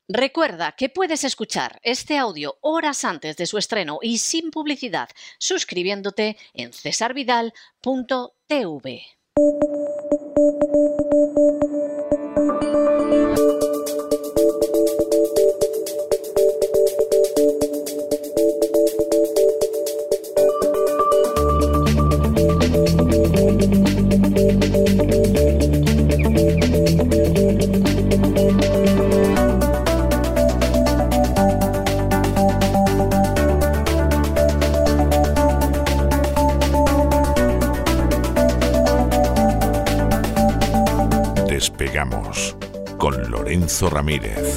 Recuerda que puedes escuchar este audio horas antes de su estreno y sin publicidad suscribiéndote en cesarvidal.tv. Despegamos con Lorenzo Ramírez.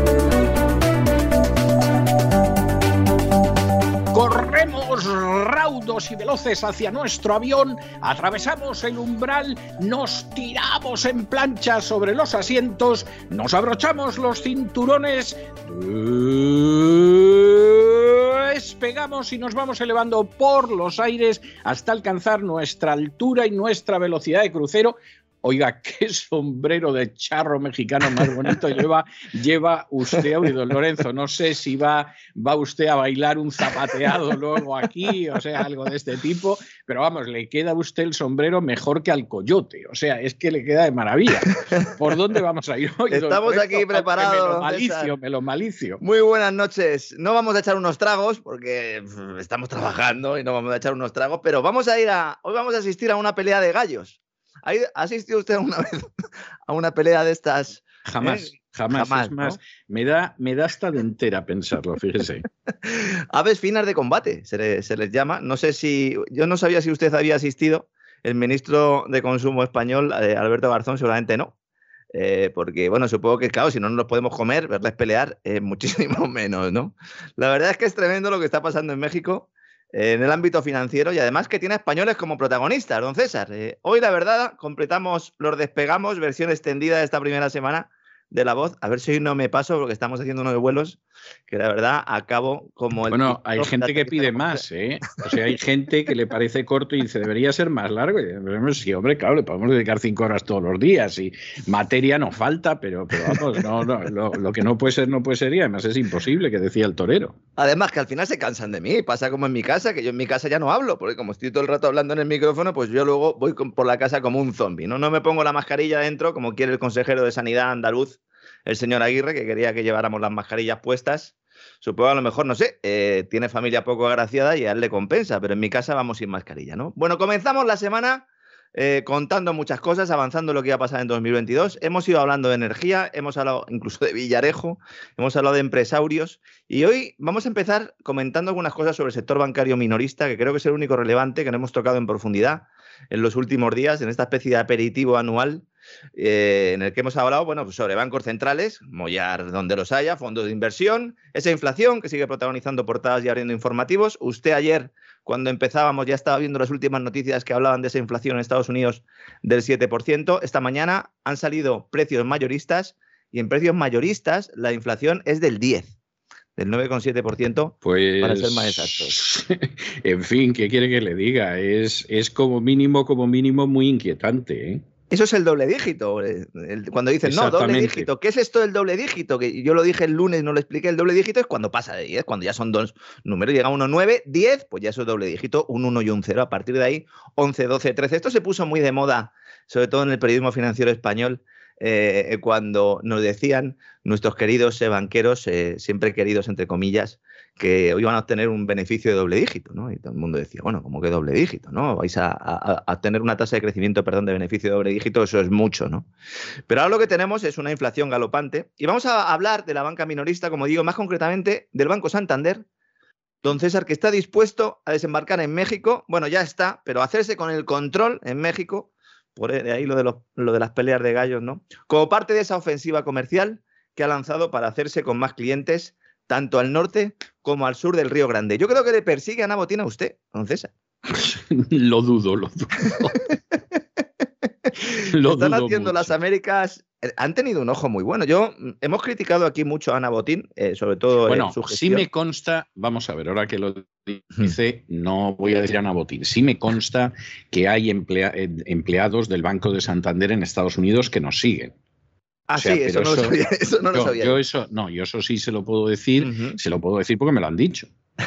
Corremos raudos y veloces hacia nuestro avión, atravesamos el umbral, nos tiramos en plancha sobre los asientos, nos abrochamos los cinturones, despegamos y nos vamos elevando por los aires hasta alcanzar nuestra altura y nuestra velocidad de crucero. Oiga, qué sombrero de charro mexicano más bonito lleva usted hoy, don Lorenzo. No sé si va usted a bailar un zapateado luego aquí, o sea, algo de este tipo, pero vamos, le queda a usted el sombrero mejor que al coyote, o sea, es que le queda de maravilla. ¿Por dónde vamos a ir hoy? Estamos aquí preparados. Me lo malicio. Muy buenas noches. No vamos a echar unos tragos porque estamos trabajando y no vamos a echar unos tragos, pero hoy vamos a asistir a una pelea de gallos. ¿Ha asistido usted alguna vez a una pelea de estas? Jamás. Es más, ¿no? me da hasta de entera pensarlo, fíjese. Aves finas de combate, se les llama. Yo no sabía si usted había asistido. El ministro de Consumo español, Alberto Garzón, seguramente no. Porque, bueno, supongo que, claro, si no nos los podemos comer, verles pelear, muchísimo menos, ¿no? La verdad es que es tremendo lo que está pasando en México. En el ámbito financiero y además que tiene a españoles como protagonistas, don César. Hoy, la verdad, completamos los despegamos, versión extendida de esta primera semana de La Voz. A ver si hoy no me paso porque estamos haciendo unos vuelos que la verdad acabo como el... Bueno, hay gente que pide más, ¿eh? O sea, hay gente que le parece corto y dice, debería ser más largo. Y sí, hombre, claro, le podemos dedicar 5 horas todos los días y materia no falta, pero vamos, lo que no puede ser y además es imposible, que decía el torero. Además que al final se cansan de mí, pasa como en mi casa, que yo en mi casa ya no hablo, porque como estoy todo el rato hablando en el micrófono, pues yo luego voy por la casa como un zombi, ¿no? No me pongo la mascarilla dentro, como quiere el consejero de Sanidad andaluz, el señor Aguirre, que quería que lleváramos las mascarillas puestas. Supongo a lo mejor, no sé, tiene familia poco agraciada y a él le compensa, pero en mi casa vamos sin mascarilla, ¿no? Bueno, comenzamos la semana contando muchas cosas, avanzando lo que iba a pasar en 2022. Hemos ido hablando de energía, hemos hablado incluso de Villarejo, hemos hablado de empresarios y hoy vamos a empezar comentando algunas cosas sobre el sector bancario minorista, que creo que es el único relevante que no hemos tocado en profundidad en los últimos días, en esta especie de aperitivo anual en el que hemos hablado, bueno, pues sobre bancos centrales, mollar donde los haya, fondos de inversión, esa inflación que sigue protagonizando portadas y abriendo informativos. Usted ayer, cuando empezábamos, ya estaba viendo las últimas noticias que hablaban de esa inflación en Estados Unidos del 7%. Esta mañana han salido precios mayoristas y en precios mayoristas la inflación es del 10%. Del 9,7%, pues, para ser más exactos. En fin, ¿qué quiere que le diga? Es como mínimo muy inquietante, ¿eh? Eso es el doble dígito. Cuando dicen, no, doble dígito, ¿qué es esto del doble dígito? Que yo lo dije el lunes, no lo expliqué. El doble dígito es cuando pasa de 10, cuando ya son dos números, llega uno 9, 10, pues ya eso es doble dígito, un 1 y un 0. A partir de ahí, 11, 12, 13. Esto se puso muy de moda, sobre todo en el periodismo financiero español, cuando nos decían nuestros queridos banqueros, siempre queridos entre comillas, que iban a obtener un beneficio de doble dígito, ¿no? Y todo el mundo decía, bueno, ¿cómo que doble dígito? ¿No? Vais a tener una tasa de crecimiento, de beneficio de doble dígito, eso es mucho, ¿no? Pero ahora lo que tenemos es una inflación galopante y vamos a hablar de la banca minorista, como digo, más concretamente del Banco Santander, don César, que está dispuesto a desembarcar en México, bueno, ya está, pero a hacerse con el control en México. Por ahí lo de las peleas de gallos, ¿no? Como parte de esa ofensiva comercial que ha lanzado para hacerse con más clientes, tanto al norte como al sur del Río Grande. Yo creo que le persigue Ana Botín a usted, don César. Lo dudo. Están haciendo mucho. Las Américas han tenido un ojo muy bueno. Hemos criticado aquí mucho a Ana Botín, sobre todo en su gestión. Sí me consta, vamos a ver, ahora que lo dice, no voy a decir a Ana Botín, sí me consta que hay empleados del Banco de Santander en Estados Unidos que nos siguen. Ah, O sea, sí, eso pero no lo sabía. Eso no lo sabía. yo eso sí se lo puedo decir, se lo puedo decir porque me lo han dicho.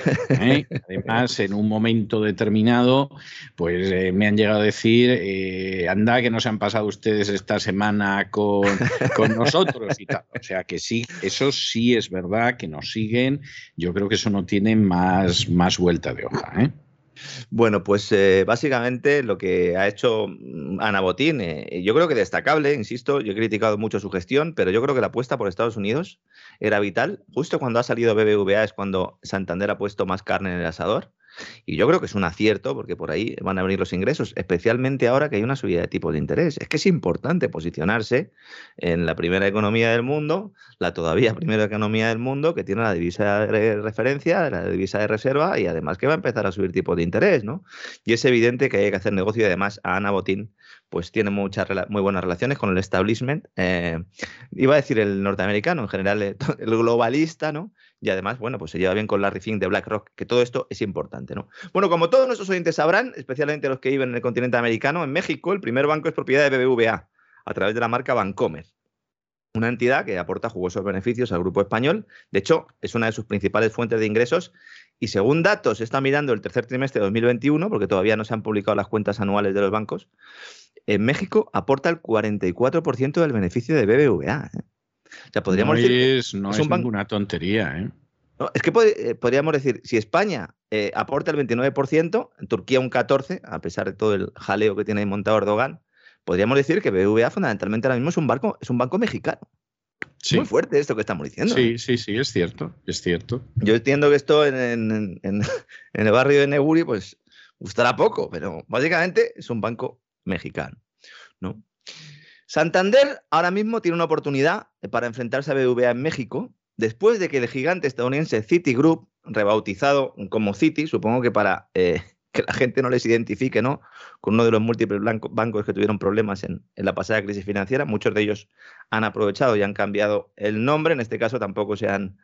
Además, en un momento determinado, pues me han llegado a decir, anda que no se han pasado ustedes esta semana con nosotros y tal. O sea que sí, eso sí es verdad que nos siguen. Yo creo que eso no tiene más vuelta de hoja, ¿eh? Bueno, pues básicamente lo que ha hecho Ana Botín, yo creo que destacable, insisto, yo he criticado mucho su gestión, pero yo creo que la apuesta por Estados Unidos era vital. Justo cuando ha salido BBVA es cuando Santander ha puesto más carne en el asador. Y yo creo que es un acierto porque por ahí van a venir los ingresos, especialmente ahora que hay una subida de tipos de interés. Es que es importante posicionarse en la primera economía del mundo, la todavía primera economía del mundo, que tiene la divisa de referencia, la divisa de reserva y además que va a empezar a subir tipos de interés, ¿no? Y es evidente que hay que hacer negocio y además a Ana Botín pues tiene muy buenas relaciones con el establishment, iba a decir el norteamericano, en general el globalista, ¿no? Y además, bueno, pues se lleva bien con Larry Fink de BlackRock, que todo esto es importante, ¿no? Bueno, como todos nuestros oyentes sabrán, especialmente los que viven en el continente americano, en México el primer banco es propiedad de BBVA, a través de la marca Bancomer, una entidad que aporta jugosos beneficios al grupo español. De hecho, es una de sus principales fuentes de ingresos y según datos, se está mirando el tercer trimestre de 2021, porque todavía no se han publicado las cuentas anuales de los bancos, en México aporta el 44% del beneficio de BBVA, ¿eh? O sea, podríamos decir no es ninguna tontería, ¿eh? No, es que podríamos decir, si España aporta el 29%, en Turquía un 14%, a pesar de todo el jaleo que tiene ahí montado Erdogan, podríamos decir que BBVA fundamentalmente ahora mismo es un banco mexicano. Sí. Muy fuerte esto que estamos diciendo. Sí, es cierto, es cierto. Yo entiendo que esto en el barrio de Neguri pues gustará poco, pero básicamente es un banco mexicano, ¿no? Santander ahora mismo tiene una oportunidad para enfrentarse a BBVA en México, después de que el gigante estadounidense Citigroup, rebautizado como Citi, supongo que para que la gente no les identifique, ¿no?, con uno de los múltiples bancos que tuvieron problemas en la pasada crisis financiera, muchos de ellos han aprovechado y han cambiado el nombre, en este caso tampoco se han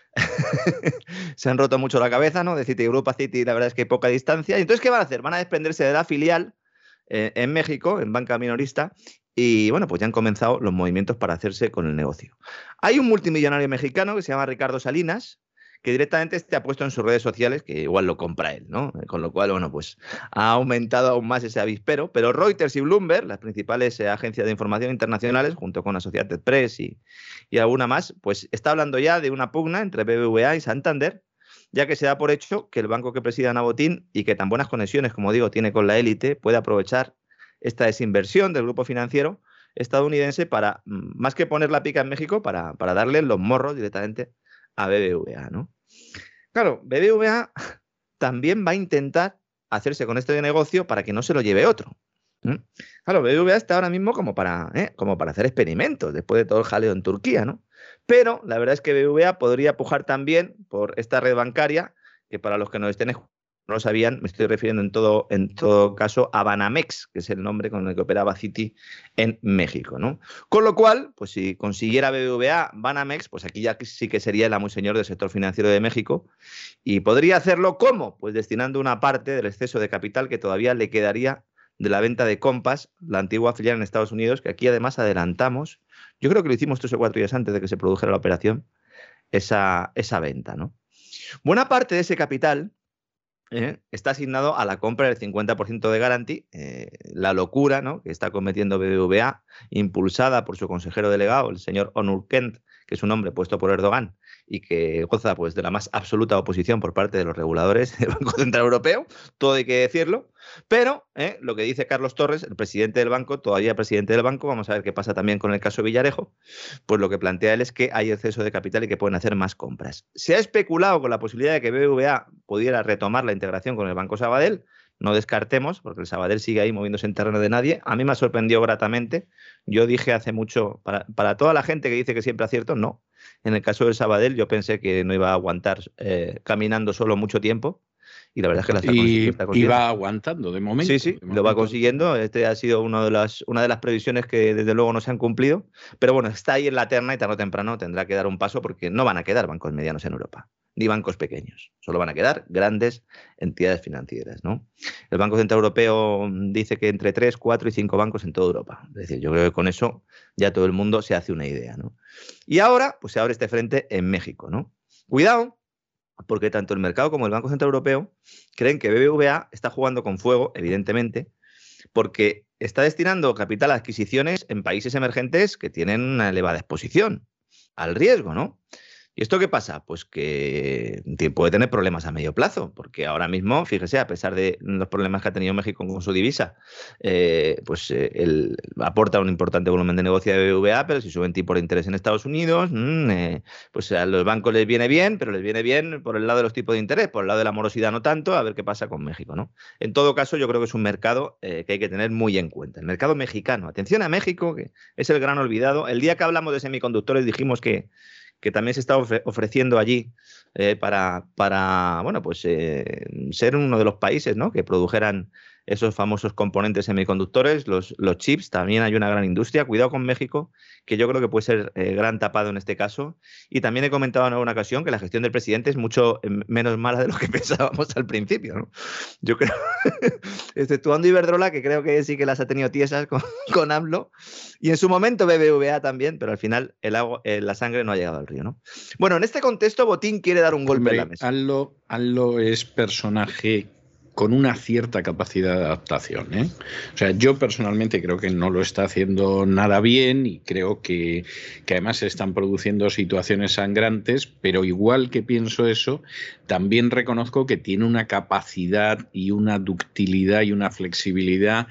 roto mucho la cabeza, ¿no?, de Citigroup a Citi, la verdad es que hay poca distancia. Y entonces, ¿qué van a hacer? Van a desprenderse de la filial en México, en banca minorista, y bueno, pues ya han comenzado los movimientos para hacerse con el negocio. Hay un multimillonario mexicano que se llama Ricardo Salinas, que directamente ha puesto en sus redes sociales que igual lo compra él, ¿no? Con lo cual, bueno, pues ha aumentado aún más ese avispero, pero Reuters y Bloomberg, las principales agencias de información internacionales, junto con Associated Press y alguna más, pues está hablando ya de una pugna entre BBVA y Santander, ya que se da por hecho que el banco que preside Ana Botín y que tan buenas conexiones, como digo, tiene con la élite, puede aprovechar esta desinversión del grupo financiero estadounidense para, más que poner la pica en México, para darle los morros directamente a BBVA, ¿no? Claro, BBVA también va a intentar hacerse con este negocio para que no se lo lleve otro. Claro, BBVA está ahora mismo como para hacer experimentos después de todo el jaleo en Turquía, ¿no? Pero la verdad es que BBVA podría pujar también por esta red bancaria, que para los que nos estén escuchando no lo sabían, me estoy refiriendo en todo caso a Banamex, que es el nombre con el que operaba Citi en México, ¿no? Con lo cual, pues si consiguiera BBVA Banamex, pues aquí ya sí que sería el amo y señor del sector financiero de México. ¿Y podría hacerlo cómo? Pues destinando una parte del exceso de capital que todavía le quedaría de la venta de Compass, la antigua filial en Estados Unidos, que aquí además adelantamos, yo creo que lo hicimos 3 o 4 días antes de que se produjera la operación, esa venta, ¿no? Buena parte de ese capital está asignado a la compra del 50% de Garanti, la locura, ¿no?, que está cometiendo BBVA, impulsada por su consejero delegado, el señor Onur Kent, que es un hombre puesto por Erdogan y que goza pues de la más absoluta oposición por parte de los reguladores del Banco Central Europeo, todo hay que decirlo, pero lo que dice Carlos Torres, el presidente del banco, todavía presidente del banco, vamos a ver qué pasa también con el caso Villarejo, pues lo que plantea él es que hay exceso de capital y que pueden hacer más compras. Se ha especulado con la posibilidad de que BBVA pudiera retomar la integración con el Banco Sabadell. No descartemos, porque el Sabadell sigue ahí moviéndose en terreno de nadie. A mí me sorprendió gratamente. Yo dije hace mucho, para toda la gente que dice que siempre acierto, no. En el caso del Sabadell yo pensé que no iba a aguantar caminando solo mucho tiempo. Y la verdad es que la está consiguiendo. Y va aguantando de momento. Sí, lo va consiguiendo. Este ha sido una de las previsiones que desde luego no se han cumplido. Pero bueno, está ahí en la terna y tarde o temprano tendrá que dar un paso porque no van a quedar bancos medianos en Europa. ni bancos pequeños. Solo van a quedar grandes entidades financieras, ¿no? El Banco Central Europeo dice que entre 3, 4 y 5 bancos en toda Europa. Es decir, yo creo que con eso ya todo el mundo se hace una idea, ¿no? Y ahora, pues se abre este frente en México, ¿no? Cuidado, porque tanto el mercado como el Banco Central Europeo creen que BBVA está jugando con fuego, evidentemente, porque está destinando capital a adquisiciones en países emergentes que tienen una elevada exposición al riesgo, ¿no? ¿Y esto qué pasa? Pues que puede tener problemas a medio plazo, porque ahora mismo, fíjese, a pesar de los problemas que ha tenido México con su divisa, él aporta un importante volumen de negocio de BBVA, pero si suben tipos de interés en Estados Unidos, pues a los bancos les viene bien, pero les viene bien por el lado de los tipos de interés, por el lado de la morosidad no tanto, a ver qué pasa con México, ¿no? En todo caso, yo creo que es un mercado que hay que tener muy en cuenta. El mercado mexicano. Atención a México, que es el gran olvidado. El día que hablamos de semiconductores dijimos que también se está ofreciendo allí para ser uno de los países, ¿no?, que produjeran esos famosos componentes semiconductores, los chips. También hay una gran industria. Cuidado con México, que yo creo que puede ser gran tapado en este caso. Y también he comentado en alguna ocasión que la gestión del presidente es mucho menos mala de lo que pensábamos al principio, ¿no? Yo creo, exceptuando Iberdrola, que creo que sí que las ha tenido tiesas con AMLO, y en su momento BBVA también, pero al final la sangre no ha llegado al río, ¿no? Bueno, en este contexto, Botín quiere dar un golpe en la mesa. AMLO es personaje con una cierta capacidad de adaptación, ¿eh? O sea, yo personalmente creo que no lo está haciendo nada bien y creo que además se están produciendo situaciones sangrantes, pero igual que pienso eso, también reconozco que tiene una capacidad y una ductilidad y una flexibilidad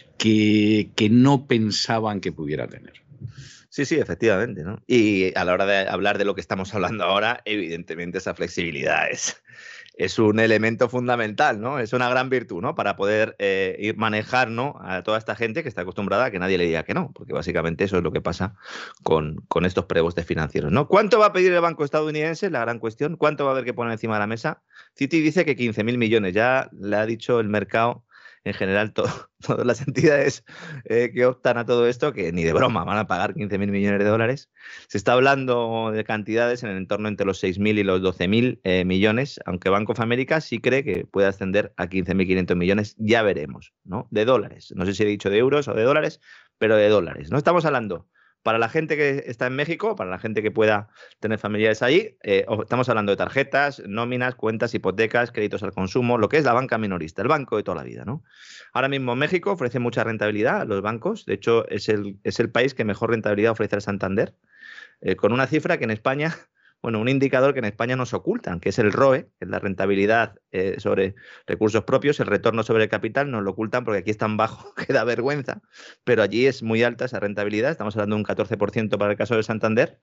que no pensaban que pudiera tener. Sí, efectivamente, ¿no? Y a la hora de hablar de lo que estamos hablando ahora, evidentemente esa flexibilidad es un elemento fundamental, ¿no? Es una gran virtud, ¿no? Para poder ir manejar, ¿no?, a toda esta gente que está acostumbrada a que nadie le diga que no, porque básicamente eso es lo que pasa con estos prebostes financieros, ¿no? ¿Cuánto va a pedir el banco estadounidense? La gran cuestión. ¿Cuánto va a haber que poner encima de la mesa? Citi dice que 15.000 millones. Ya le ha dicho el mercado en general, todas las entidades que optan a todo esto, que ni de broma van a pagar 15.000 millones de dólares. Se está hablando de cantidades en el entorno entre los 6.000 y los 12.000 millones, aunque Bank of America sí cree que puede ascender a 15.500 millones, ya veremos, ¿no? De dólares. No sé si he dicho de euros o de dólares, pero de dólares. No estamos hablando para la gente que está en México, para la gente que pueda tener familiares ahí, estamos hablando de tarjetas, nóminas, cuentas, hipotecas, créditos al consumo, lo que es la banca minorista, el banco de toda la vida, ¿no? Ahora mismo México ofrece mucha rentabilidad a los bancos. De hecho, es el país que mejor rentabilidad ofrece al Santander, con una cifra que en España, bueno, un indicador que en España nos ocultan, que es el ROE, que es la rentabilidad sobre recursos propios, el retorno sobre el capital, nos lo ocultan porque aquí es tan bajo que da vergüenza, pero allí es muy alta esa rentabilidad. Estamos hablando de un 14% para el caso del Santander,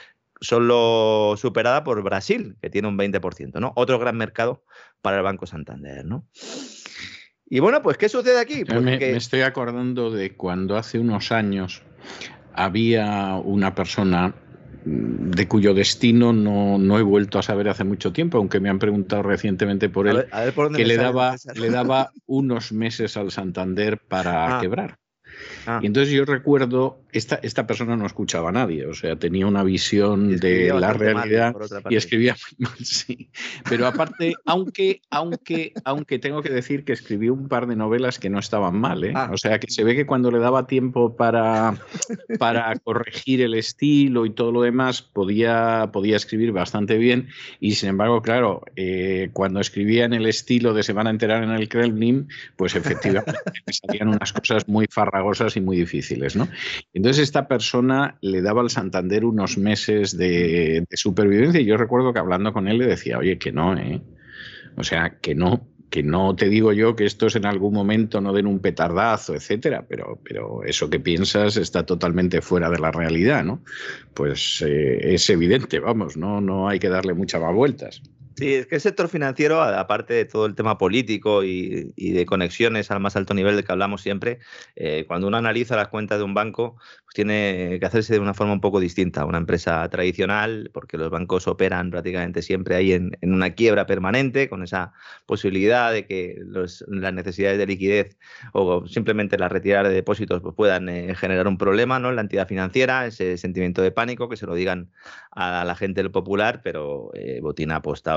solo superada por Brasil, que tiene un 20%, ¿no? Otro gran mercado para el Banco Santander, ¿no? Y bueno, pues ¿qué sucede aquí? Pues me estoy acordando de cuando hace unos años había una persona de cuyo destino no he vuelto a saber hace mucho tiempo, aunque me han preguntado recientemente por él, a ver por dónde que le daba unos meses al Santander para quebrar. Y entonces yo recuerdo, esta persona no escuchaba a nadie, o sea, tenía una visión de la realidad y escribía muy mal, sí. Pero aparte, aunque tengo que decir que escribió un par de novelas que no estaban mal, ¿eh? O sea, que se ve que cuando le daba tiempo para corregir el estilo y todo lo demás, podía escribir bastante bien. Y sin embargo, claro, cuando escribía en el estilo de Se van a enterar en el Kremlin, pues efectivamente me salían unas cosas muy farragosas y muy difíciles, ¿no? Entonces esta persona le daba al Santander unos meses de supervivencia y yo recuerdo que hablando con él le decía, oye, que no, o sea, que no te digo yo que estos en algún momento no den un petardazo, etcétera, pero eso que piensas está totalmente fuera de la realidad, ¿no? Pues es evidente, vamos, no hay que darle muchas más vueltas. Sí, es que el sector financiero, aparte de todo el tema político y de conexiones al más alto nivel del que hablamos siempre, cuando uno analiza las cuentas de un banco, pues tiene que hacerse de una forma un poco distinta a una empresa tradicional, porque los bancos operan prácticamente siempre ahí en una quiebra permanente, con esa posibilidad de que las necesidades de liquidez o simplemente la retirada de depósitos pues puedan generar un problema, ¿no?, en la entidad financiera, ese sentimiento de pánico, que se lo digan a la gente del popular, pero Botín ha apostado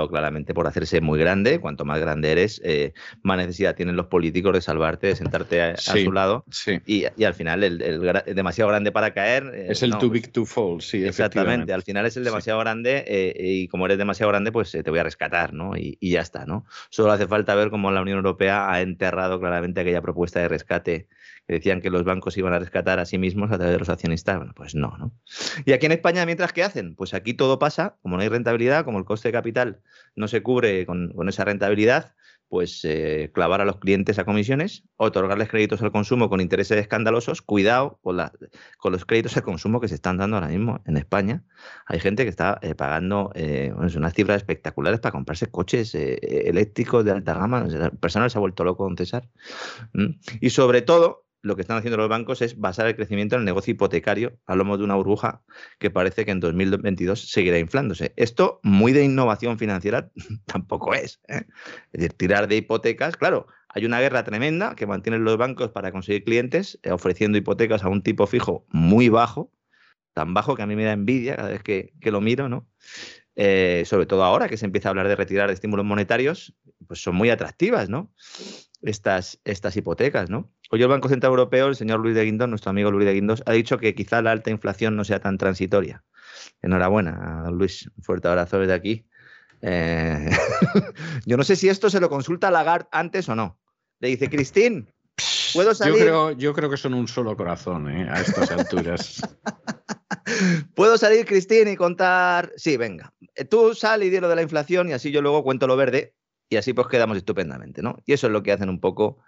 optado claramente por hacerse muy grande. Cuanto más grande eres, más necesidad tienen los políticos de salvarte, de sentarte a su lado. Sí. Y al final, el demasiado grande para caer... es el too big to fall, sí, exactamente. Al final es el demasiado grande y como eres demasiado grande, pues te voy a rescatar, ¿no? Y ya está, ¿no? Solo hace falta ver cómo la Unión Europea ha enterrado claramente aquella propuesta de rescate que decían que los bancos iban a rescatar a sí mismos a través de los accionistas. Bueno, pues no, ¿no? Y aquí en España, ¿mientras qué hacen? Pues aquí todo pasa, como no hay rentabilidad, como el coste de capital no se cubre con esa rentabilidad, pues clavar a los clientes a comisiones, otorgarles créditos al consumo con intereses escandalosos. Cuidado con los créditos al consumo que se están dando ahora mismo en España. Hay gente que está pagando unas cifras espectaculares para comprarse coches eléctricos de alta gama. El personal se ha vuelto loco, don César. Y sobre todo, lo que están haciendo los bancos es basar el crecimiento en el negocio hipotecario a lomo de una burbuja que parece que en 2022 seguirá inflándose. Esto, muy de innovación financiera, tampoco es. Es decir, tirar de hipotecas. Claro, hay una guerra tremenda que mantienen los bancos para conseguir clientes, ofreciendo hipotecas a un tipo fijo muy bajo, tan bajo que a mí me da envidia cada vez que lo miro, ¿no? Sobre todo ahora que se empieza a hablar de retirar estímulos monetarios, pues son muy atractivas, ¿no? Estas hipotecas, ¿no? Hoy el Banco Central Europeo, el señor Luis de Guindos, nuestro amigo Luis de Guindos, ha dicho que quizá la alta inflación no sea tan transitoria. Enhorabuena, don Luis. Un fuerte abrazo desde aquí. Yo no sé si esto se lo consulta a Lagarde antes o no. Le dice, Cristín, ¿puedo salir? Yo creo que son un solo corazón, a estas alturas. ¿Puedo salir, Cristín, y contar? Sí, venga. Tú sal y di lo de la inflación y así yo luego cuento lo verde. Y así pues quedamos estupendamente, ¿no? Y eso es lo que hacen un poco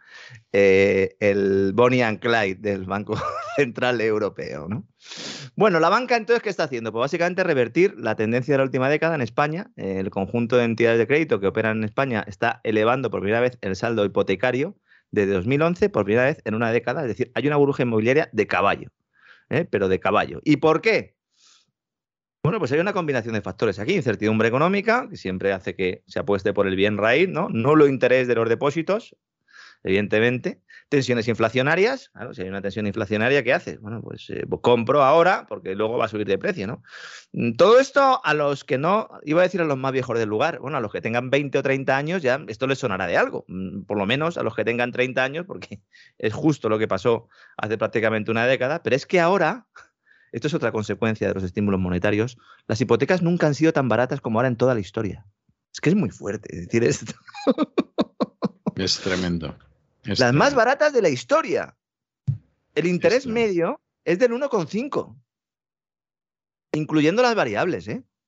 el Bonnie and Clyde del Banco Central Europeo, ¿no? Bueno, la banca entonces, ¿qué está haciendo? Pues básicamente revertir la tendencia de la última década en España. El conjunto de entidades de crédito que operan en España está elevando por primera vez el saldo hipotecario desde 2011, por primera vez en una década. Es decir, hay una burbuja inmobiliaria de caballo, pero de caballo. ¿Y por qué? Bueno, pues hay una combinación de factores aquí. Incertidumbre económica, que siempre hace que se apueste por el bien raíz, ¿no? Nulo interés de los depósitos, evidentemente. Tensiones inflacionarias. Claro, si hay una tensión inflacionaria, ¿qué haces? Bueno, pues compro ahora porque luego va a subir de precio, ¿no? Todo esto a los que no, iba a decir a los más viejos del lugar, bueno, a los que tengan 20 o 30 años ya esto les sonará de algo. Por lo menos a los que tengan 30 años, porque es justo lo que pasó hace prácticamente una década. Pero es que ahora... Esto es otra consecuencia de los estímulos monetarios. Las hipotecas nunca han sido tan baratas como ahora en toda la historia. Es que es muy fuerte decir esto. Es tremendo. Las más baratas de la historia. El interés medio es del 1,5. Incluyendo las variables,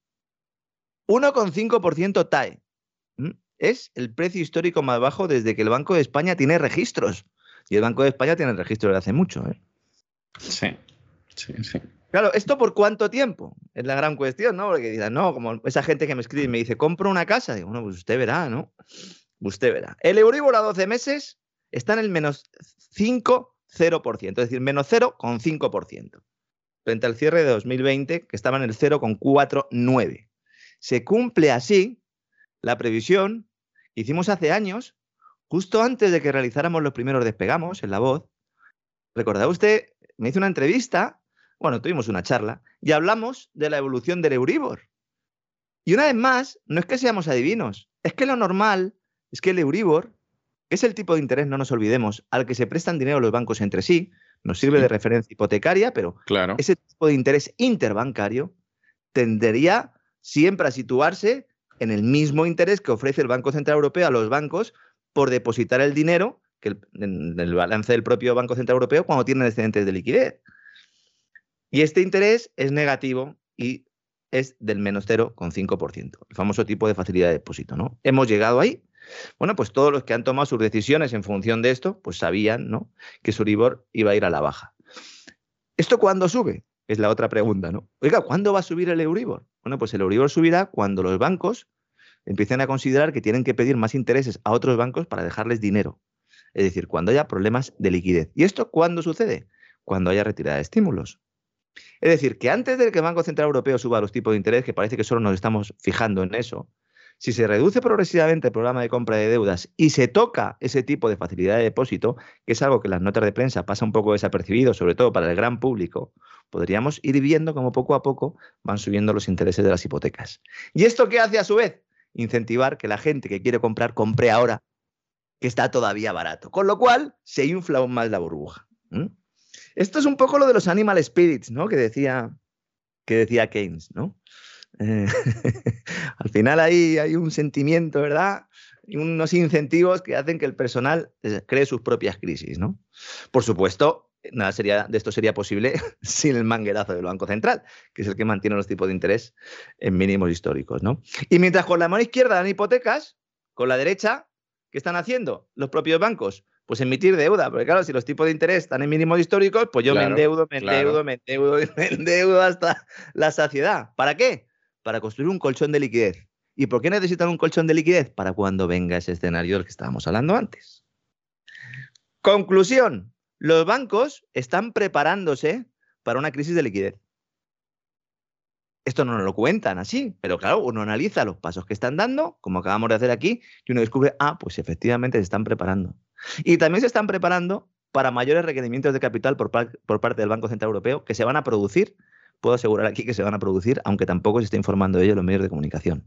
1,5% TAE. Es el precio histórico más bajo desde que el Banco de España tiene registros. Y el Banco de España tiene registros de hace mucho, Sí. Sí, sí. Claro, ¿esto por cuánto tiempo? Es la gran cuestión, ¿no? Porque dicen, no, como esa gente que me escribe y me dice, compro una casa. Digo, bueno, pues usted verá, ¿no? Usted verá. El Euribor a 12 meses está en el menos 5,0%, es decir, menos 0,5%. Frente al cierre de 2020, que estaba en el 0,49%. Se cumple así la previsión que hicimos hace años, justo antes de que realizáramos los primeros despegamos en La Voz. ¿Recordaba usted? Me hizo una entrevista. Bueno, tuvimos una charla y hablamos de la evolución del Euribor. Y una vez más, no es que seamos adivinos, es que lo normal es que el Euribor, que es el tipo de interés, no nos olvidemos, al que se prestan dinero los bancos entre sí, nos sirve de referencia hipotecaria, pero claro, ese tipo de interés interbancario tendería siempre a situarse en el mismo interés que ofrece el Banco Central Europeo a los bancos por depositar el dinero que en el balance del propio Banco Central Europeo cuando tienen excedentes de liquidez. Y este interés es negativo y es del menos 0,5%, el famoso tipo de facilidad de depósito, ¿no? Hemos llegado ahí. Bueno, pues todos los que han tomado sus decisiones en función de esto, pues sabían, ¿no?, que su Euribor iba a ir a la baja. ¿Esto cuándo sube? Es la otra pregunta, ¿no? Oiga, ¿cuándo va a subir el Euribor? Bueno, pues el Euribor subirá cuando los bancos empiecen a considerar que tienen que pedir más intereses a otros bancos para dejarles dinero. Es decir, cuando haya problemas de liquidez. ¿Y esto cuándo sucede? Cuando haya retirada de estímulos. Es decir, que antes de que el Banco Central Europeo suba los tipos de interés, que parece que solo nos estamos fijando en eso, si se reduce progresivamente el programa de compra de deudas y se toca ese tipo de facilidad de depósito, que es algo que en las notas de prensa pasa un poco desapercibido, sobre todo para el gran público, podríamos ir viendo cómo poco a poco van subiendo los intereses de las hipotecas. ¿Y esto qué hace a su vez? incentivar que la gente que quiere comprar, compre ahora, que está todavía barato. Con lo cual, se infla aún más la burbuja. Esto es un poco lo de los animal spirits, ¿no? que decía Keynes, ¿no? Al final hay un sentimiento, ¿verdad? Y unos incentivos que hacen que el personal cree sus propias crisis, ¿no? Por supuesto, nada de esto sería posible sin el manguerazo del Banco Central, que es el que mantiene los tipos de interés en mínimos históricos, ¿no? Y mientras con la mano izquierda dan hipotecas, con la derecha, ¿qué están haciendo los propios bancos? Pues emitir deuda, porque claro, si los tipos de interés están en mínimos históricos, pues yo me endeudo hasta la saciedad. ¿Para qué? Para construir un colchón de liquidez. ¿Y por qué necesitan un colchón de liquidez? Para cuando venga ese escenario del que estábamos hablando antes. Conclusión, los bancos están preparándose para una crisis de liquidez. Esto no nos lo cuentan así, pero claro, uno analiza los pasos que están dando, como acabamos de hacer aquí, y uno descubre, pues efectivamente se están preparando. Y también se están preparando para mayores requerimientos de capital por parte del Banco Central Europeo que se van a producir, puedo asegurar aquí que se van a producir, aunque tampoco se está informando de ello en los medios de comunicación.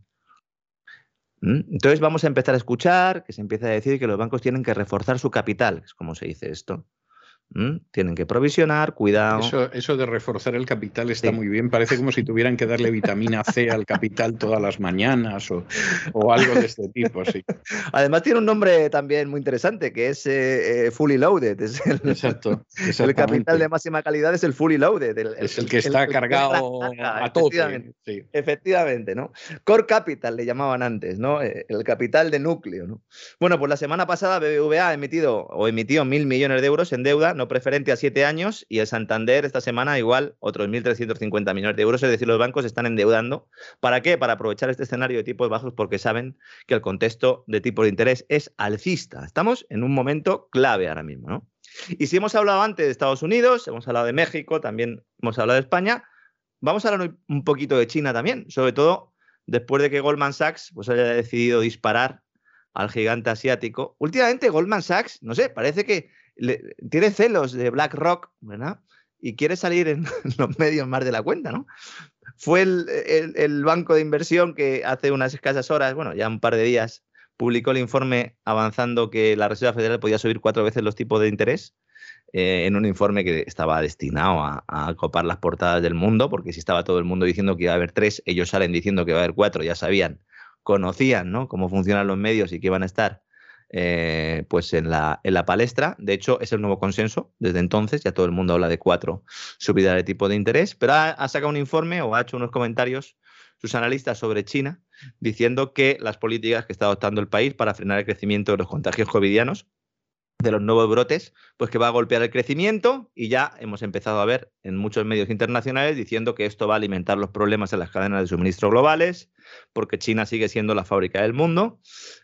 Entonces vamos a empezar a escuchar que se empieza a decir que los bancos tienen que reforzar su capital, es como se dice esto. Tienen que provisionar, cuidado. Eso de reforzar el capital está muy bien. Parece como si tuvieran que darle vitamina C al capital todas las mañanas o algo de este tipo. Sí. Además tiene un nombre también muy interesante, que es fully loaded. Exacto. El capital de máxima calidad es el fully loaded. Es el que está cargado a tope. Sí. Efectivamente, ¿no? Core capital le llamaban antes, ¿no? El capital de núcleo, ¿no? Bueno, pues la semana pasada BBVA emitió 1.000 millones de euros en deuda no preferente a 7 años, y el Santander esta semana igual otros 1.350 millones de euros, es decir, los bancos están endeudando. ¿Para qué? Para aprovechar este escenario de tipos bajos, porque saben que el contexto de tipos de interés es alcista. Estamos en un momento clave ahora mismo, ¿no? Y si hemos hablado antes de Estados Unidos, hemos hablado de México, también hemos hablado de España, vamos a hablar un poquito de China también, sobre todo después de que Goldman Sachs pues haya decidido disparar al gigante asiático. Últimamente Goldman Sachs, no sé, parece que tiene celos de BlackRock, ¿verdad? Y quiere salir en los medios más de la cuenta, ¿no? Fue el banco de inversión que hace unas escasas horas, bueno, ya un par de días, publicó el informe avanzando que la Reserva Federal podía subir 4 veces los tipos de interés, en un informe que estaba destinado a copar las portadas del mundo, porque si estaba todo el mundo diciendo que iba a haber 3, ellos salen diciendo que va a haber 4, ya sabían, conocían, ¿no?, cómo funcionan los medios y que iban a estar pues en la palestra. De hecho, es el nuevo consenso desde entonces, ya todo el mundo habla de 4 subidas de tipo de interés, pero ha sacado un informe o ha hecho unos comentarios sus analistas sobre China, diciendo que las políticas que está adoptando el país para frenar el crecimiento de los contagios covidianos, de los nuevos brotes, pues que va a golpear el crecimiento, y ya hemos empezado a ver en muchos medios internacionales diciendo que esto va a alimentar los problemas en las cadenas de suministro globales, porque China sigue siendo la fábrica del mundo.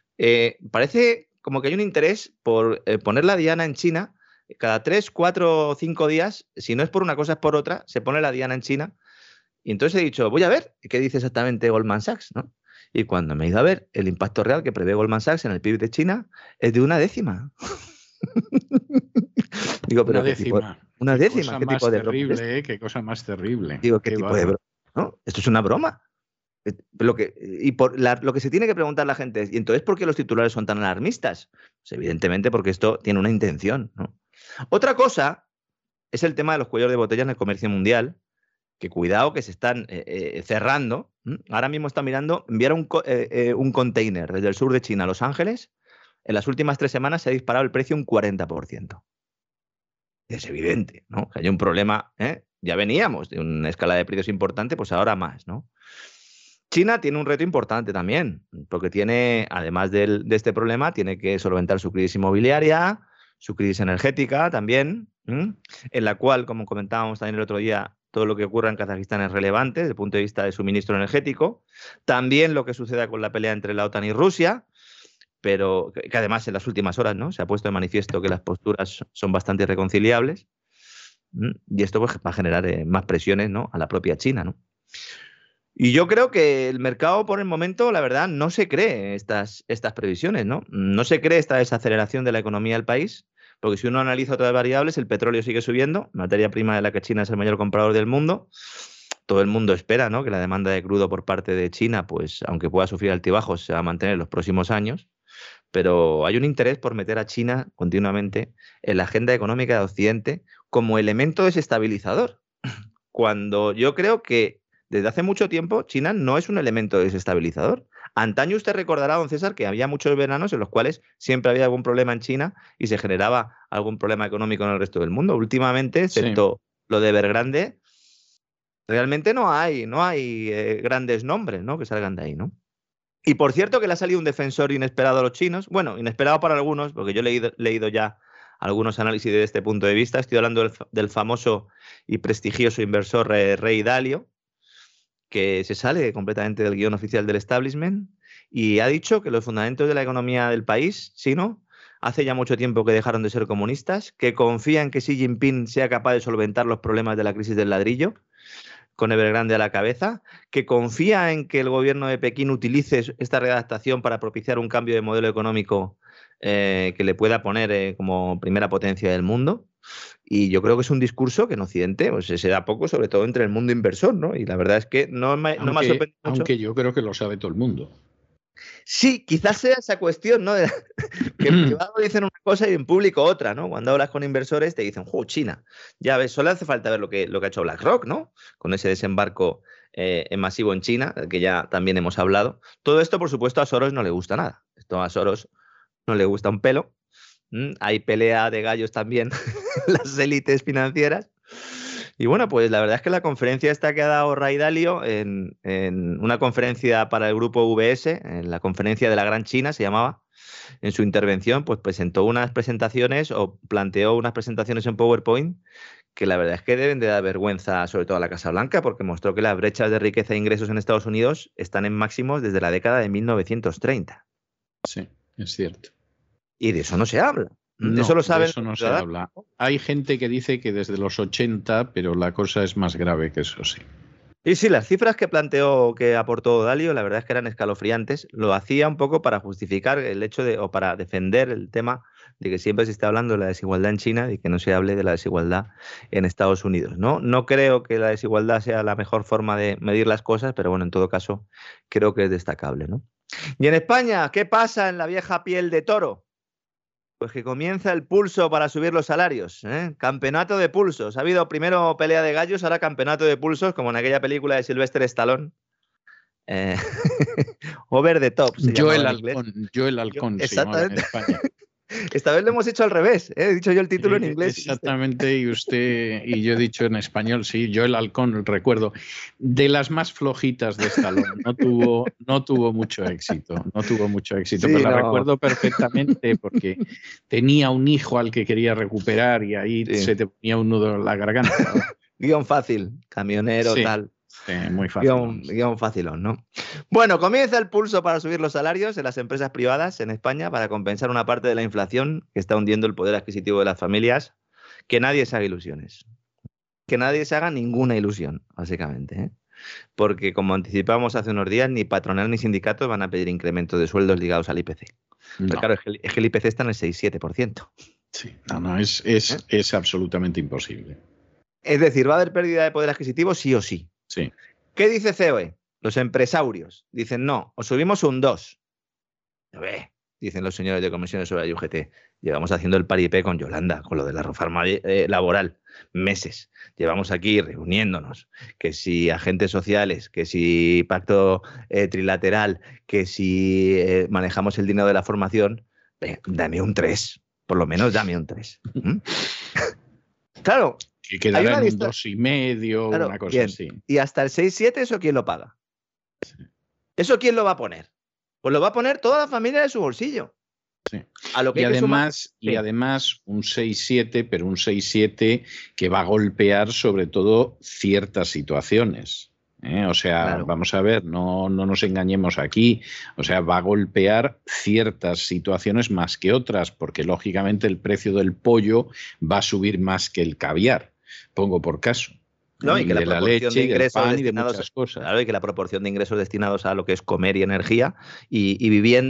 Parece como que hay un interés por poner la diana en China. Cada 3, 4 o 5 días, si no es por una cosa es por otra, se pone la diana en China. Y entonces he dicho, voy a ver qué dice exactamente Goldman Sachs, ¿no? Y cuando me he ido a ver, el impacto real que prevé Goldman Sachs en el PIB de China es de 1/10. Digo, pero una décima. ¿Qué tipo de broma? Qué cosa más terrible. Digo, ¿qué tipo de broma? ¿No? Esto es una broma. Lo que se tiene que preguntar la gente es, ¿y entonces por qué los titulares son tan alarmistas? Pues evidentemente porque esto tiene una intención, ¿no? Otra cosa es el tema de los cuellos de botella en el comercio mundial, que cuidado que se están cerrando. Ahora mismo está mirando enviar un container desde el sur de China a Los Ángeles. En las últimas 3 semanas se ha disparado el precio un 40%. Es evidente, ¿no?, que hay un problema, ¿eh? Ya veníamos de una escala de precios importante, pues ahora más, ¿no? China tiene un reto importante también, porque tiene, además de este problema, tiene que solventar su crisis inmobiliaria, su crisis energética también, en la cual, como comentábamos también el otro día, todo lo que ocurra en Kazajistán es relevante desde el punto de vista de suministro energético. También lo que suceda con la pelea entre la OTAN y Rusia, pero que además en las últimas horas, ¿no?, se ha puesto de manifiesto que las posturas son bastante irreconciliables, y esto pues va a generar más presiones, ¿no?, a la propia China, ¿no? Y yo creo que el mercado por el momento, la verdad, no se cree estas previsiones, ¿no? No se cree esta desaceleración de la economía del país, porque si uno analiza otras variables, el petróleo sigue subiendo, materia prima de la que China es el mayor comprador del mundo. todo el mundo espera, ¿no?, que la demanda de crudo por parte de China, pues aunque pueda sufrir altibajos, se va a mantener en los próximos años. Pero hay un interés por meter a China continuamente en la agenda económica de Occidente como elemento desestabilizador. Cuando yo creo que desde hace mucho tiempo China no es un elemento desestabilizador. Antaño usted recordará, don César, que había muchos veranos en los cuales siempre había algún problema en China y se generaba algún problema económico en el resto del mundo. Últimamente, excepto lo de Evergrande, realmente no hay grandes nombres, ¿no?, que salgan de ahí, ¿no? Y por cierto que le ha salido un defensor inesperado a los chinos. Bueno, inesperado para algunos, porque yo he leído ya algunos análisis desde este punto de vista. Estoy hablando del famoso y prestigioso inversor Ray Dalio, que se sale completamente del guión oficial del establishment y ha dicho que los fundamentos de la economía del país chino hace ya mucho tiempo que dejaron de ser comunistas, que confía en que Xi Jinping sea capaz de solventar los problemas de la crisis del ladrillo, con Evergrande a la cabeza, que confía en que el gobierno de Pekín utilice esta redactación para propiciar un cambio de modelo económico que le pueda poner como primera potencia del mundo. Y yo creo que es un discurso que en Occidente pues, se da poco, sobre todo entre el mundo inversor, ¿no? Y la verdad es que no me ha sorprendido mucho. Aunque yo creo que lo sabe todo el mundo. Sí, quizás sea esa cuestión, ¿no? Que en privado dicen una cosa y en público otra, ¿no? Cuando hablas con inversores te dicen, China! Ya ves, solo hace falta ver lo que ha hecho BlackRock, ¿no? Con ese desembarco masivo en China, que ya también hemos hablado. Todo esto, por supuesto, a Soros no le gusta nada. Esto a Soros no le gusta un pelo. Hay pelea de gallos también en las élites financieras. Y bueno, pues la verdad es que la conferencia esta que ha dado Ray Dalio en una conferencia para el grupo UBS, en la conferencia de la Gran China se llamaba, en su intervención pues presentó unas presentaciones o planteó unas presentaciones en PowerPoint que la verdad es que deben de dar vergüenza sobre todo a la Casa Blanca, porque mostró que las brechas de riqueza e ingresos en Estados Unidos están en máximos desde la década de 1930. Sí, es cierto. Y de eso no se habla. No, eso lo saben. de eso no se habla. Hay gente que dice que desde los 80, pero la cosa es más grave que eso, sí. Y sí, las cifras que planteó, que aportó Dalio, la verdad es que eran escalofriantes. Lo hacía un poco para justificar el hecho de, o para defender el tema de que siempre se está hablando de la desigualdad en China y que no se hable de la desigualdad en Estados Unidos, ¿no? No creo que la desigualdad sea la mejor forma de medir las cosas, pero bueno, en todo caso, creo que es destacable, ¿no? Y en España, ¿qué pasa en la vieja piel de toro? Pues que comienza el pulso para subir los salarios, ¿eh? Campeonato de pulsos. Ha habido primero pelea de gallos, ahora campeonato de pulsos, como en aquella película de Sylvester Stallone. Over the Top. Yo el halcón se llamaba en España. Esta vez lo hemos hecho al revés, ¿eh? He dicho yo el título en inglés. Exactamente, y usted y yo he dicho en español, sí, yo el halcón, recuerdo, de las más flojitas de Stallone, no tuvo mucho éxito, sí, pero la recuerdo perfectamente porque tenía un hijo al que quería recuperar y ahí se te ponía un nudo en la garganta, ¿no? Guión fácil, camionero, tal. Sí, muy fácil. Guión facilón, ¿no? Bueno, comienza el pulso para subir los salarios en las empresas privadas en España para compensar una parte de la inflación que está hundiendo el poder adquisitivo de las familias. Que nadie se haga ilusiones. Que nadie se haga ninguna ilusión, básicamente, ¿eh? Porque, como anticipábamos hace unos días, ni patronal ni sindicatos van a pedir incrementos de sueldos ligados al IPC. No. Pero claro, es que el IPC está en el 6-7%. Sí, es absolutamente imposible. Es decir, ¿va a haber pérdida de poder adquisitivo sí o sí? Sí. ¿Qué dice COE? Los empresarios dicen no, o subimos un 2. Dicen los señores de comisiones sobre la UGT. Llevamos haciendo el paripé con Yolanda, con lo de la reforma laboral, meses. Llevamos aquí reuniéndonos, que si agentes sociales, que si pacto trilateral, que si manejamos el dinero de la formación. Dame un 3, por lo menos dame un 3. Claro. Que quedará en un 2,5, claro, una cosa bien. Así. Y hasta el 6-7, ¿eso quién lo paga? Sí. ¿Eso quién lo va a poner? Pues lo va a poner toda la familia de su bolsillo. Sí. A lo que y además un 6-7, pero un 6-7 que va a golpear sobre todo ciertas situaciones. O sea, claro. Vamos a ver, no nos engañemos aquí. O sea, va a golpear ciertas situaciones más que otras, porque lógicamente el precio del pollo va a subir más que el caviar. Pongo por caso. No, y que de la leche, del pan y de muchas cosas. Claro, y que la proporción de ingresos destinados a lo que es comer y energía y vivienda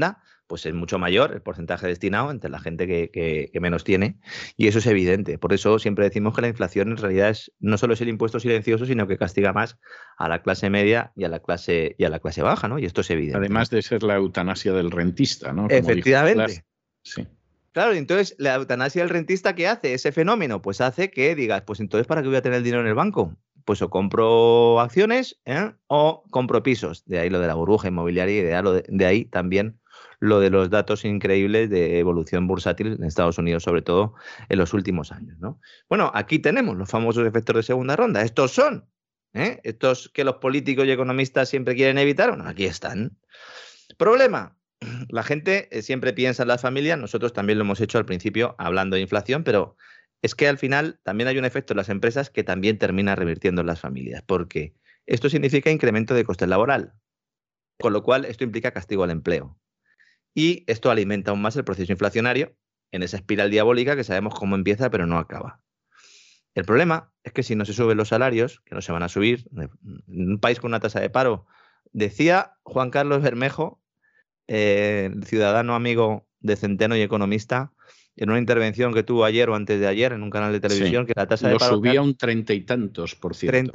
pues es mucho mayor el porcentaje destinado entre la gente que menos tiene, y eso es evidente. Por eso siempre decimos que la inflación en realidad no solo es el impuesto silencioso, sino que castiga más a la clase media y a la clase baja, ¿no? Y esto es evidente. Además de ser la eutanasia del rentista, ¿no? Como efectivamente. Sí. Claro, entonces la eutanasia del rentista, ¿qué hace? Ese fenómeno, pues hace que digas, pues entonces ¿para qué voy a tener el dinero en el banco? Pues o compro acciones o compro pisos. De ahí lo de la burbuja inmobiliaria y de ahí también lo de los datos increíbles de evolución bursátil en Estados Unidos, sobre todo en los últimos años, ¿no? Bueno, aquí tenemos los famosos efectos de segunda ronda. Estos son, estos que los políticos y economistas siempre quieren evitar. Bueno, aquí están. Problema. La gente siempre piensa en las familias, nosotros también lo hemos hecho al principio hablando de inflación, pero es que al final también hay un efecto en las empresas que también termina revirtiendo en las familias, porque esto significa incremento de coste laboral, con lo cual esto implica castigo al empleo. Y esto alimenta aún más el proceso inflacionario en esa espiral diabólica que sabemos cómo empieza pero no acaba. El problema es que si no se suben los salarios, que no se van a subir, en un país con una tasa de paro, decía Juan Carlos Bermejo, ciudadano amigo de Centeno y economista, en una intervención que tuvo ayer o antes de ayer en un canal de televisión, que la tasa de paro subía un 30 y tantos por ciento.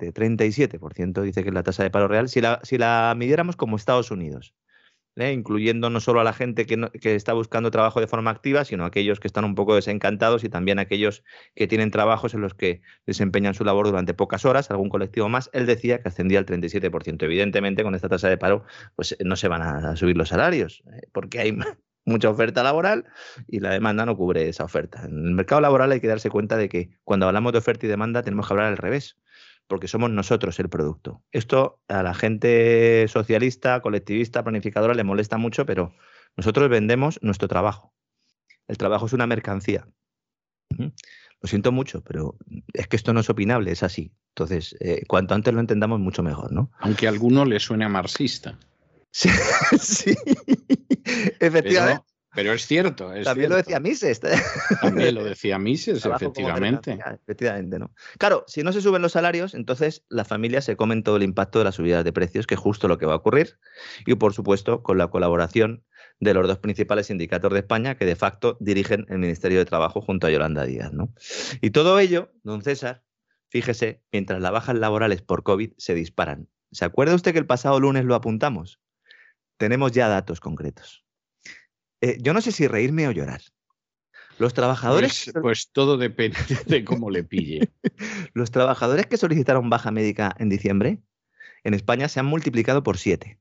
37% dice que es la tasa de paro real, si la midiéramos como Estados Unidos. Incluyendo no solo a la gente que está buscando trabajo de forma activa, sino a aquellos que están un poco desencantados y también a aquellos que tienen trabajos en los que desempeñan su labor durante pocas horas, algún colectivo más. Él decía que ascendía al 37%. Evidentemente, con esta tasa de paro, pues no se van a subir los salarios, porque hay mucha oferta laboral y la demanda no cubre esa oferta. En el mercado laboral hay que darse cuenta de que cuando hablamos de oferta y demanda tenemos que hablar al revés, porque somos nosotros el producto. Esto a la gente socialista, colectivista, planificadora le molesta mucho, pero nosotros vendemos nuestro trabajo. El trabajo es una mercancía. Lo siento mucho, pero es que esto no es opinable, es así. Entonces, cuanto antes lo entendamos, mucho mejor, ¿no? Aunque a alguno le suene a marxista. Sí, sí. Efectivamente. Pero es cierto. También lo decía Mises. También lo decía Mises, efectivamente. Efectivamente, ¿no? Claro, si no se suben los salarios, entonces las familias se comen todo el impacto de las subidas de precios, que es justo lo que va a ocurrir. Y, por supuesto, con la colaboración de los dos principales sindicatos de España, que de facto dirigen el Ministerio de Trabajo junto a Yolanda Díaz, ¿no? Y todo ello, don César, fíjese, mientras las bajas laborales por COVID se disparan. ¿Se acuerda usted que el pasado lunes lo apuntamos? Tenemos ya datos concretos. Yo no sé si reírme o llorar. Los trabajadores... Pues todo depende de cómo le pille. Los trabajadores que solicitaron baja médica en diciembre, en España se han multiplicado por 7.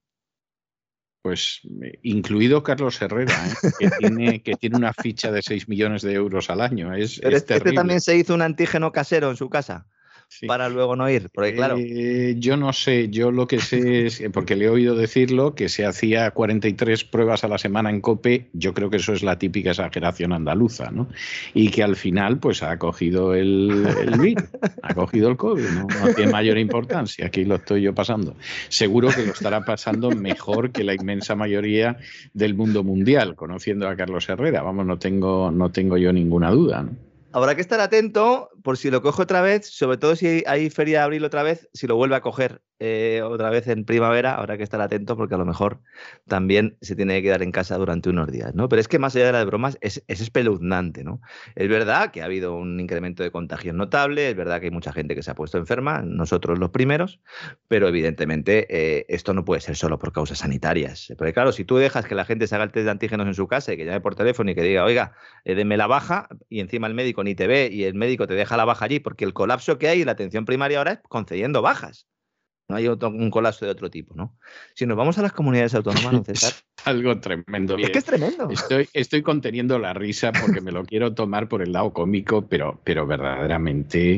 Pues incluido Carlos Herrera, que tiene una ficha de 6 millones de euros al año. Pero este también se hizo un antígeno casero en su casa. Sí. Para luego no ir, porque claro. Yo no sé, yo lo que sé es, porque le he oído decirlo, que se hacía 43 pruebas a la semana en COPE. Yo creo que eso es la típica exageración andaluza, ¿no? Y que al final pues ha cogido el virus, ha cogido el COVID, ¿no? No tiene mayor importancia, aquí lo estoy yo pasando. Seguro que lo estará pasando mejor que la inmensa mayoría del mundo mundial, conociendo a Carlos Herrera. Vamos, no tengo yo ninguna duda, ¿no? Habrá que estar atento por si lo coge otra vez, sobre todo si hay feria de abril otra vez, si lo vuelve a coger otra vez en primavera, habrá que estar atento porque a lo mejor también se tiene que quedar en casa durante unos días, ¿no? Pero es que más allá de las bromas es espeluznante, ¿no? Es verdad que ha habido un incremento de contagios notable, es verdad que hay mucha gente que se ha puesto enferma, nosotros los primeros, pero evidentemente esto no puede ser solo por causas sanitarias. Porque claro, si tú dejas que la gente se haga el test de antígenos en su casa y que llame por teléfono y que diga, oiga, deme la baja, y encima el médico ni te ve y el médico te deja la baja allí, porque el colapso que hay en la atención primaria ahora es concediendo bajas. No hay un colapso de otro tipo, ¿no? Si nos vamos a las comunidades autónomas, ¿no, César? Algo tremendo. Es que es tremendo. Estoy conteniendo la risa porque me lo quiero tomar por el lado cómico, pero verdaderamente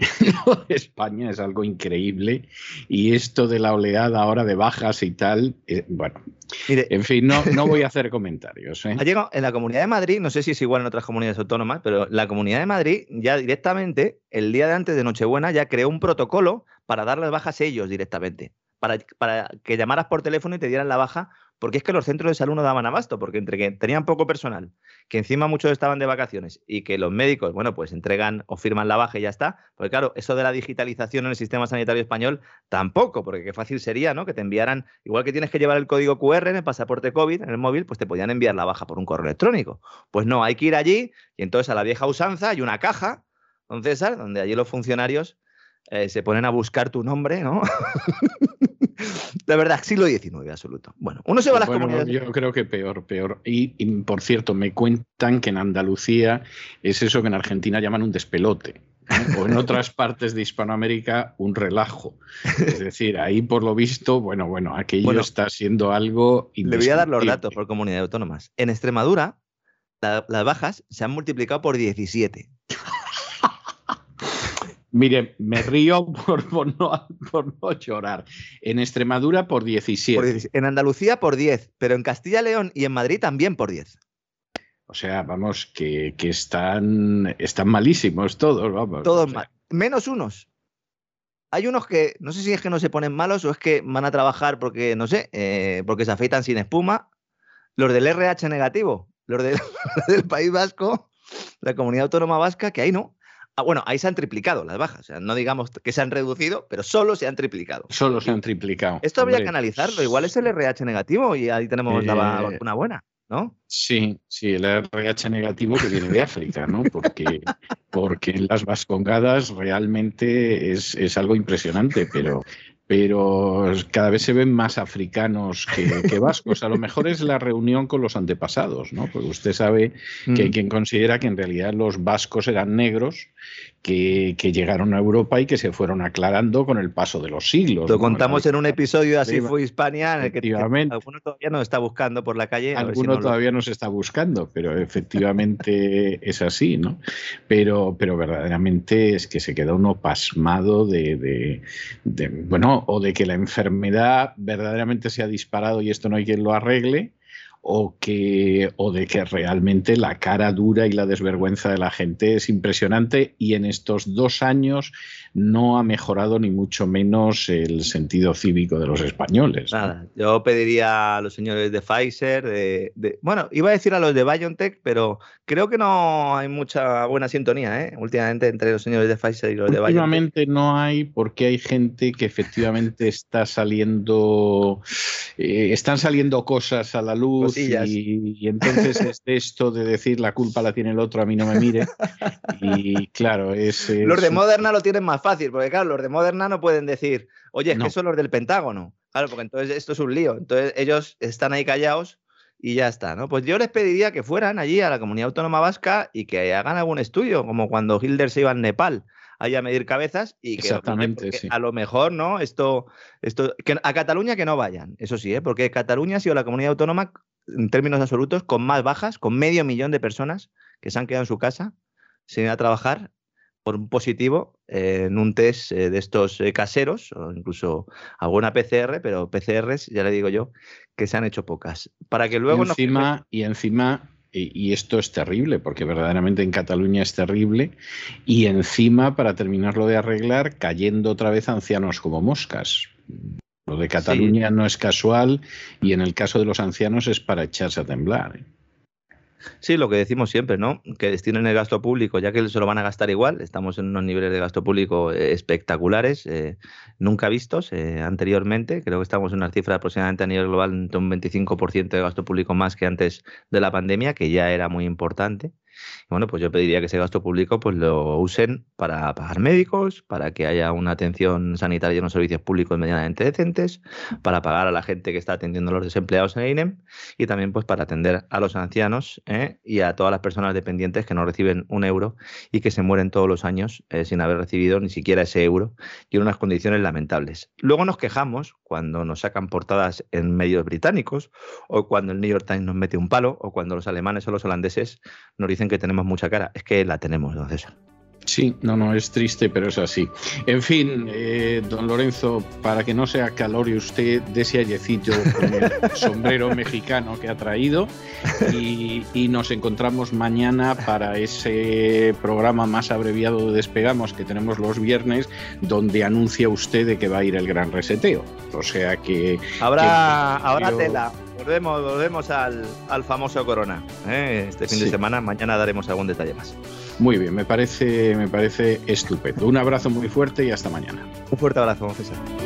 España es algo increíble y esto de la oleada ahora de bajas y tal, bueno, mire, en fin, no voy a hacer comentarios. Ha llegado en la Comunidad de Madrid, no sé si es igual en otras comunidades autónomas, pero la Comunidad de Madrid ya directamente, el día de antes de Nochebuena, ya creó un protocolo para dar las bajas ellos directamente, para que llamaras por teléfono y te dieran la baja, porque es que los centros de salud no daban abasto, porque entre que tenían poco personal, que encima muchos estaban de vacaciones y que los médicos, bueno, pues entregan o firman la baja y ya está, porque claro, eso de la digitalización en el sistema sanitario español tampoco, porque qué fácil sería, ¿no? Que te enviaran, igual que tienes que llevar el código QR en el pasaporte COVID, en el móvil, pues te podían enviar la baja por un correo electrónico. Pues no, hay que ir allí y entonces a la vieja usanza hay una caja, don César, donde allí los funcionarios se ponen a buscar tu nombre, ¿no? De verdad, siglo XIX, absoluto. Bueno, uno se va a las comunidades. Yo creo que peor. Y por cierto, me cuentan que en Andalucía es eso que en Argentina llaman un despelote, ¿no? O en otras partes de Hispanoamérica un relajo. Es decir, ahí por lo visto, bueno, aquello está siendo algo indescriptible. Le voy a dar los datos por comunidades autónomas. En Extremadura, las bajas se han multiplicado por 17. Mire, me río por no llorar. En Extremadura por 17. En Andalucía por 10, pero en Castilla y León y en Madrid también por 10. O sea, vamos, que están malísimos todos, vamos. Todos mal. Menos unos. Hay unos que, no sé si es que no se ponen malos o es que van a trabajar porque, no sé, porque se afeitan sin espuma. Los del RH negativo, los del País Vasco, la Comunidad Autónoma Vasca, que ahí no. Bueno, ahí se han triplicado las bajas. O sea, no digamos que se han reducido, pero solo se han triplicado. Solo se han triplicado. Esto habría que analizarlo. Igual es el RH negativo y ahí tenemos la vacuna buena, ¿no? Sí, el RH negativo que viene de África, ¿no? Porque en las Vascongadas realmente es algo impresionante, pero cada vez se ven más africanos que vascos. A lo mejor es la reunión con los antepasados, ¿no? Porque usted sabe que hay quien considera que en realidad los vascos eran negros que llegaron a Europa y que se fueron aclarando con el paso de los siglos. Lo contamos en un episodio Así fue Hispania, en el que alguno todavía nos está buscando por la calle. Alguno todavía nos está buscando, pero efectivamente es así, ¿no? Pero verdaderamente es que se queda uno pasmado o de que la enfermedad verdaderamente se ha disparado y esto no hay quien lo arregle, o de que realmente la cara dura y la desvergüenza de la gente es impresionante y en estos 2 años no ha mejorado ni mucho menos el sentido cívico de los españoles. Nada, yo pediría a los señores de Pfizer, bueno, iba a decir a los de BioNTech, pero creo que no hay mucha buena sintonía, últimamente entre los señores de Pfizer y los de BioNTech. Últimamente no hay, porque hay gente que efectivamente están saliendo cosas a la luz y entonces es esto de decir la culpa la tiene el otro, a mí no me mire. Y claro, los de Moderna lo tienen más fácil, porque claro, los de Moderna no pueden decir, oye, es que son los del Pentágono. Claro, porque entonces esto es un lío. Entonces ellos están ahí callados y ya está, ¿no? Pues yo les pediría que fueran allí a la Comunidad Autónoma Vasca y que hagan algún estudio, como cuando Hitler se iba a Nepal ahí a medir cabezas y que sí. A lo mejor, ¿no? Esto que a Cataluña que no vayan, eso sí, porque Cataluña ha sido la comunidad autónoma en términos absolutos con más bajas, con 500.000 de personas que se han quedado en su casa sin ir a trabajar por un positivo en un test de estos caseros o incluso alguna PCR, pero PCRs, ya le digo yo, que se han hecho pocas. Para que luego y esto es terrible, porque verdaderamente en Cataluña es terrible, y encima, para terminarlo de arreglar, cayendo otra vez ancianos como moscas. Lo de Cataluña no es casual, y en el caso de los ancianos es para echarse a temblar. Sí, lo que decimos siempre, ¿no? Que destinen el gasto público, ya que se lo van a gastar igual. Estamos en unos niveles de gasto público espectaculares, nunca vistos anteriormente. Creo que estamos en una cifra aproximadamente a nivel global entre un 25% de gasto público más que antes de la pandemia, que ya era muy importante. Y bueno, pues yo pediría que ese gasto público pues lo usen para pagar médicos, para que haya una atención sanitaria y unos servicios públicos medianamente decentes, para pagar a la gente que está atendiendo a los desempleados en el INEM y también pues para atender a los ancianos y a todas las personas dependientes que no reciben un euro y que se mueren todos los años sin haber recibido ni siquiera ese euro y en unas condiciones lamentables. Luego nos quejamos cuando nos sacan portadas en medios británicos o cuando el New York Times nos mete un palo o cuando los alemanes o los holandeses nos dicen que tenemos mucha cara. Es que la tenemos, don César. Sí, no, es triste, pero es así. En fin, don Lorenzo, para que no se acalore usted de ese ayecillo con el sombrero mexicano que ha traído y nos encontramos mañana para ese programa más abreviado de Despegamos que tenemos los viernes, donde anuncia usted de que va a ir el gran reseteo. O sea que... Habrá tela. Volvemos al famoso Corona. Este fin de semana, mañana daremos algún detalle más. Muy bien, me parece estupendo. Un abrazo muy fuerte y hasta mañana. Un fuerte abrazo, César.